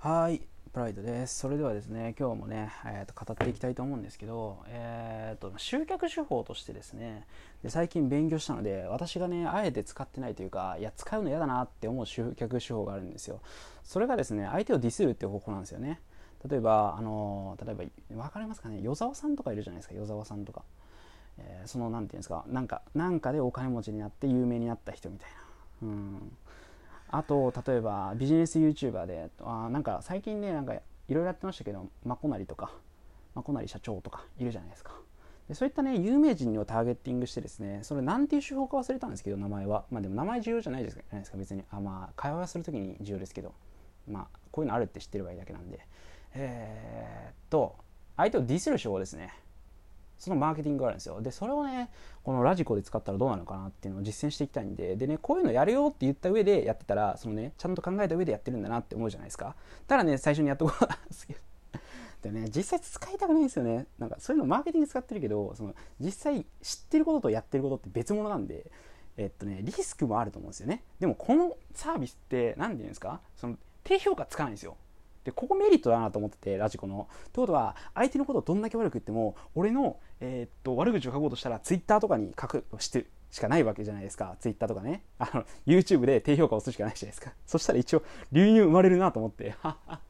はい、プライドです。それではですね、今日もね、語っていきたいと思うんですけど、集客手法としてですね、で最近勉強したので、私がね、あえて使ってないというか、いや、使うの嫌だなって思う集客手法があるんですよ。それがですね、相手をディスるっていう方法なんですよね。例えば、わかりますかね、与沢さんとかいるじゃないですか、与沢さんとか。なんていうんですか、なんかでお金持ちになって有名になった人みたいな。あと例えばビジネス YouTuber でなんか最近ね、なんかいろいろやってましたけど、マコナリとかマコナリ社長とかいるじゃないですか。でそういったね、有名人をターゲッティングしてですね、それなんていう手法か忘れたんですけど、名前はでも名前重要じゃないですか別に。会話するときに重要ですけど、こういうのあるって知ってればいいだけなんで、相手をディスる手法ですね。そのマーケティングがあるんですよ。でそれをね、このラジコで使ったらどうなるのかなっていうのを実践していきたいんでね、こういうのやるよって言った上でやってたら、ちゃんと考えた上でやってるんだなって思うじゃないですか。ただね、最初にやっとこうなんですけど、でね、実際使いたくないんですよね。なんかそういうのマーケティング使ってるけど、実際知ってることとやってることって別物なんで、リスクもあると思うんですよね。でもこのサービスって何て言うんですか、低評価つかないんですよ。でここメリットだなと思ってて、ラジコの。ってことは、相手のことをどんだけ悪く言っても、俺の、悪口を書こうとしたら、ツイッターとかに書くしてしかないわけじゃないですか。ツイッターとかね。YouTube で低評価をするしかないじゃないですか。そしたら一応、流入生まれるなと思って。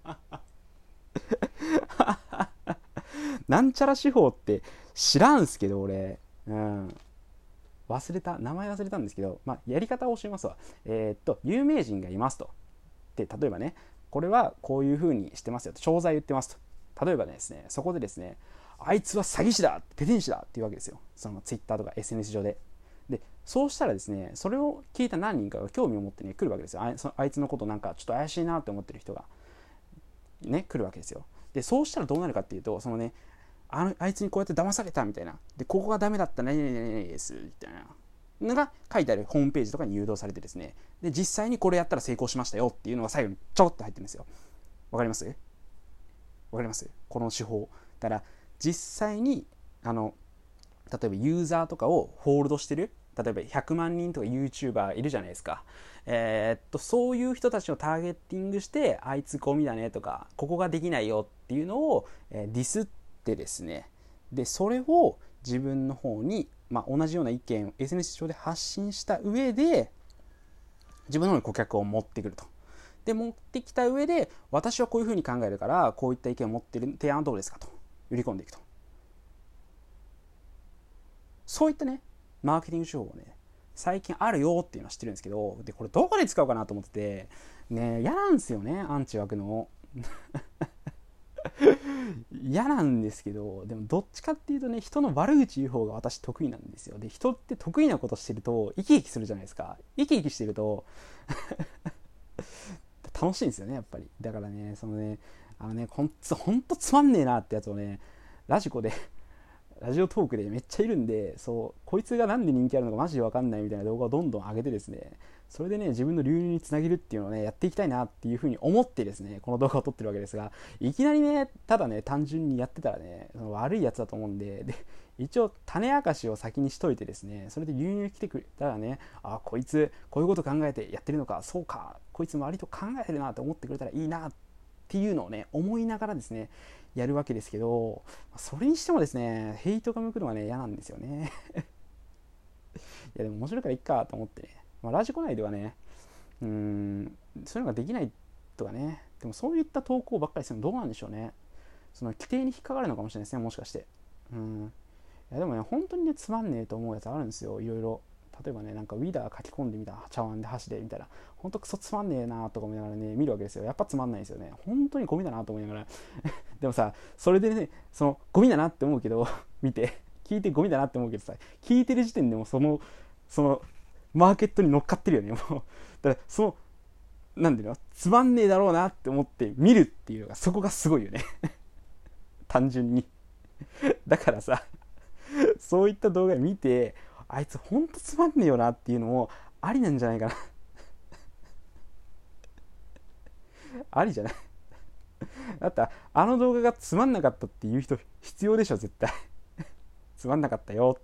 なんちゃら手法って知らんすけど、俺。うん。名前忘れたんですけど、やり方を教えますわ。有名人がいますと。で、例えばね、これはこういう風にしてますよと、商材言ってますと。例えばですね、そこでですね、あいつは詐欺師だ、ペテン師だっていうわけですよ。そのツイッターとか SNS 上で。で、そうしたらですね、それを聞いた何人かが興味を持ってね、来るわけですよ。あいつのことなんかちょっと怪しいなって思ってる人がね、来るわけですよ。で、そうしたらどうなるかっていうと、あいつにこうやって騙されたみたいな。で、ここがダメだった何々ですみたいなのが書いてあるホームページとかに誘導されてですね、で実際にこれやったら成功しましたよっていうのが最後にちょろっと入ってるんですよ。わかります？わかります？この手法だから、実際に例えばユーザーとかをホールドしてる、例えば100万人とか YouTuber いるじゃないですか。そういう人たちをターゲッティングして、あいつゴミだねとか、ここができないよっていうのを、ディスってですね、でそれを自分の方に、同じような意見を SNS 上で発信した上で、自分の方に顧客を持ってくると。で持ってきた上で、私はこういうふうに考えるからこういった意見を持っている、提案はどうですかと売り込んでいくと。そういったね、マーケティング手法をね、最近あるよっていうのは知ってるんですけど、でこれどこで使うかなと思っててね、嫌なんですよね、アンチ枠の。嫌なんですけど、でもどっちかっていうとね、人の悪口言う方が私得意なんですよ。で人って得意なことしてると生き生きするじゃないですか。生き生きしてると楽しいんですよね、やっぱり。だからね、ほんとつまんねえなってやつをね、ラジコでラジオトークでめっちゃいるんで、こいつがなんで人気あるのかマジで分かんないみたいな動画をどんどん上げてですね、それでね、自分の流入につなげるっていうのをね、やっていきたいなっていうふうに思ってですね、この動画を撮ってるわけですが、いきなりね、ただね、単純にやってたらね、その悪いやつだと思うんで、一応種明かしを先にしといてですね、それで流入来てくれたらね、こいつこういうこと考えてやってるのか、そうか、こいつ割と考えてるなと思ってくれたらいいなっていうのをね、思いながらですね、やるわけですけど、それにしてもですね、ヘイトが向くのがね、嫌なんですよね。いやでも面白いからいっかと思ってね、ラジコ内ではね、そういうのができないとかね、でもそういった投稿ばっかりするのどうなんでしょうね。その規定に引っかかるのかもしれないですね、もしかして。いやでもね、本当にね、つまんねえと思うやつあるんですよ、いろいろ。例えばね、なんかウィダー書き込んでみた、茶碗で箸でみたいな、ほんとクソつまんねえなとか思いながらね、見るわけですよ。やっぱつまんないですよね。本当にゴミだなと思いながら。でもさ、それでね、ゴミだなって思うけど、見て、聞いてゴミだなって思うけどさ、聞いてる時点でもその、マーケットに乗っかってるよね、もう。だから、なんていうの、つまんねえだろうなって思って見るっていうのが、そこがすごいよね。単純に。だからさ、そういった動画見て、あいつほんとつまんねえよなっていうのもありなんじゃないかな。ありじゃない？だったらあの動画がつまんなかったっていう人必要でしょ絶対。つまんなかったよって。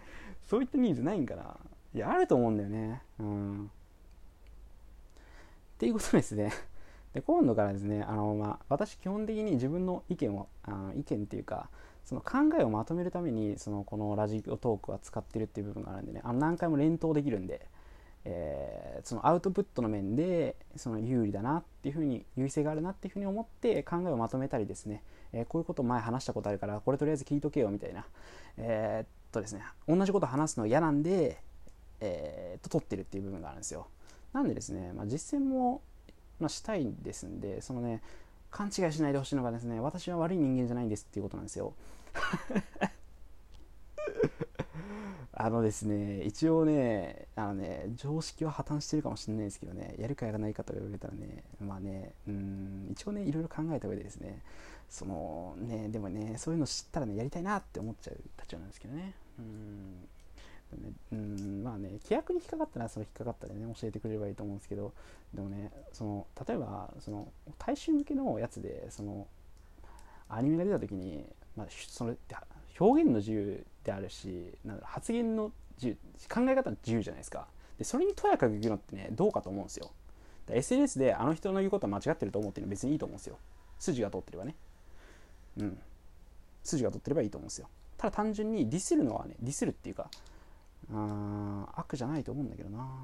そういったニーズないんかな。いやあると思うんだよね。っていうことですね。で今度からですね、私基本的に自分の意見っていうかその考えをまとめるためにこのラジオトークは使ってるっていう部分があるんでね、何回も連投できるんで、そのアウトプットの面でその有利だなっていうふうに優位性があるなっていうふうに思って考えをまとめたりですね、こういうことを前話したことあるからこれとりあえず聞いとけよみたいな、ですね、同じこと話すの嫌なんで、撮ってるっていう部分があるんですよ。なんでですね、実践もしたいんですんで、勘違いしないでほしいのがですね、私は悪い人間じゃないんですっていうことなんですよ。ですね、一応ね、常識は破綻してるかもしれないですけどね、やるかやらないかと言われたらね、一応ね、いろいろ考えた上でですね、でもね、そういうの知ったらね、やりたいなって思っちゃう立場なんですけどね。規約に引っかかったらそれ引っかかったでね教えてくれればいいと思うんですけど、でもね例えば大衆向けのやつでアニメが出た時に、それって表現の自由であるし発言の自由考え方の自由じゃないですか。でそれにとやかく言うのってねどうかと思うんですよ。SNS であの人の言うことは間違ってると思ってるのは別にいいと思うんですよ。筋が通ってればね、筋が通ってればいいと思うんですよ。ただ単純にディスるのはねディスるっていうか悪じゃないと思うんだけどな。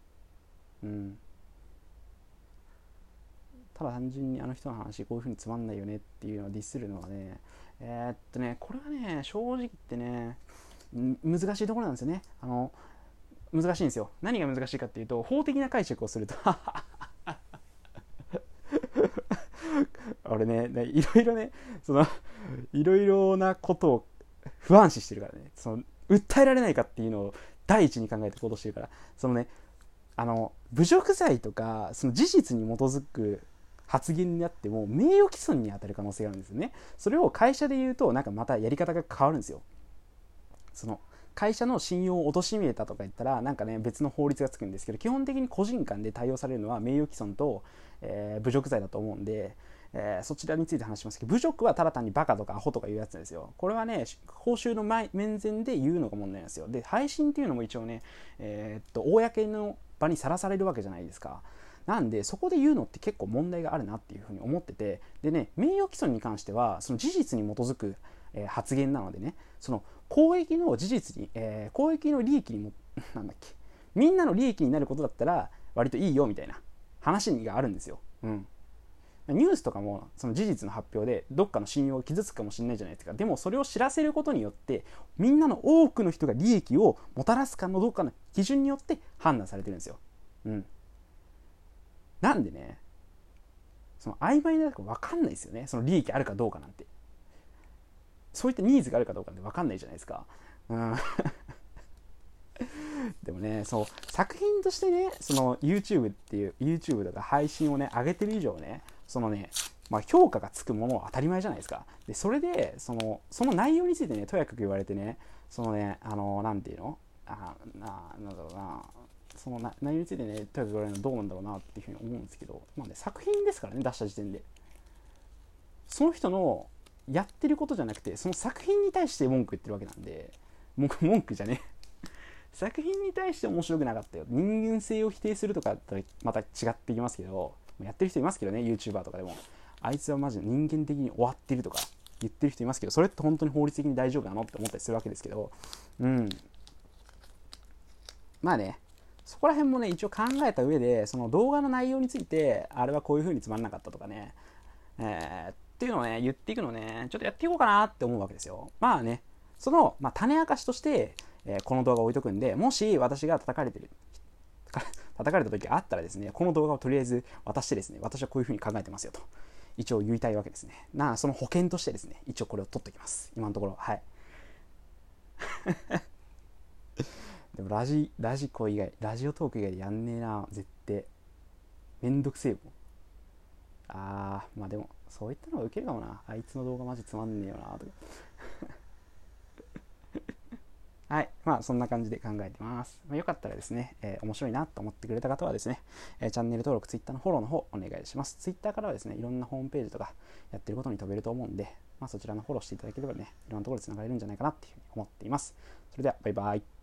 ただ単純にあの人の話こういう風につまんないよねっていうのをディスるのはねこれはね正直言ってね難しいところなんですよね。難しいんですよ。何が難しいかっていうと法的な解釈をすると俺ねいろいろねいろいろなことを不安視してるからね、訴えられないかっていうのを第一に考えて行動してるから、侮辱罪とかその事実に基づく発言になっても名誉毀損に当たる可能性があるんですよね。それを会社で言うとまたやり方が変わるんですよ。会社の信用を貶めたとか言ったら別の法律がつくんですけど、基本的に個人間で対応されるのは名誉毀損と、侮辱罪だと思うんで、そちらについて話しますけど、侮辱はただ単にバカとかアホとかいうやつなんですよ。これはね報酬の面前で言うのが問題なんですよ。で配信っていうのも一応ね、公の場にさらされるわけじゃないですか。なんでそこで言うのって結構問題があるなっていうふうに思ってて、でね名誉毀損に関してはその事実に基づく発言なのでね、公益の事実に、公益の利益にもみんなの利益になることだったら割といいよみたいな話があるんですよ。ニュースとかもその事実の発表でどっかの信用を傷つくかもしれないじゃないですか。でもそれを知らせることによってみんなの多くの人が利益をもたらすかのどうかの基準によって判断されてるんですよ。なんでね曖昧なとこ分かんないですよね。その利益あるかどうかなんて、そういったニーズがあるかどうかって分かんないじゃないですか。でもね作品としてねYouTube っていう YouTube とか配信をね上げてる以上ね評価がつくものは当たり前じゃないですか。でそれでその内容についてねとやかく言われてねなんていうのなんだろうな内容についてねとやかく言われるのどうなんだろうなっていうふうに思うんですけど、作品ですからね出した時点でその人のやってることじゃなくてその作品に対して文句言ってるわけなんで、文句じゃね作品に対して面白くなかったよ、人間性を否定するとかだったらまた違ってきますけど、やってる人いますけどね YouTuber とかでもあいつはマジで人間的に終わってるとか言ってる人いますけど、それって本当に法律的に大丈夫なのって思ったりするわけですけど、そこら辺もね一応考えた上でその動画の内容についてあれはこういう風につまんなかったとかね、っていうのをね言っていくのをねちょっとやっていこうかなって思うわけですよ。種明かしとして、この動画を置いとくんで、もし私が叩かれた時があったらですね、この動画をとりあえず渡してですね、私はこういう風に考えてますよと一応言いたいわけですね。その保険としてですね一応これを取っておきます、今のところ。でもラジコ以外ラジオトーク以外でやんねえな絶対。めんどくせえもん。でもそういったのがウケるかもな。あいつの動画マジつまんねえよなとかそんな感じで考えてます。よかったらですね、面白いなと思ってくれた方はですね、チャンネル登録、Twitter のフォローの方お願いします。Twitter からはですね、いろんなホームページとかやってることに飛べると思うんで、そちらのフォローしていただければね、いろんなところでつながれるんじゃないかなっていうふうに思っています。それではバイバイ。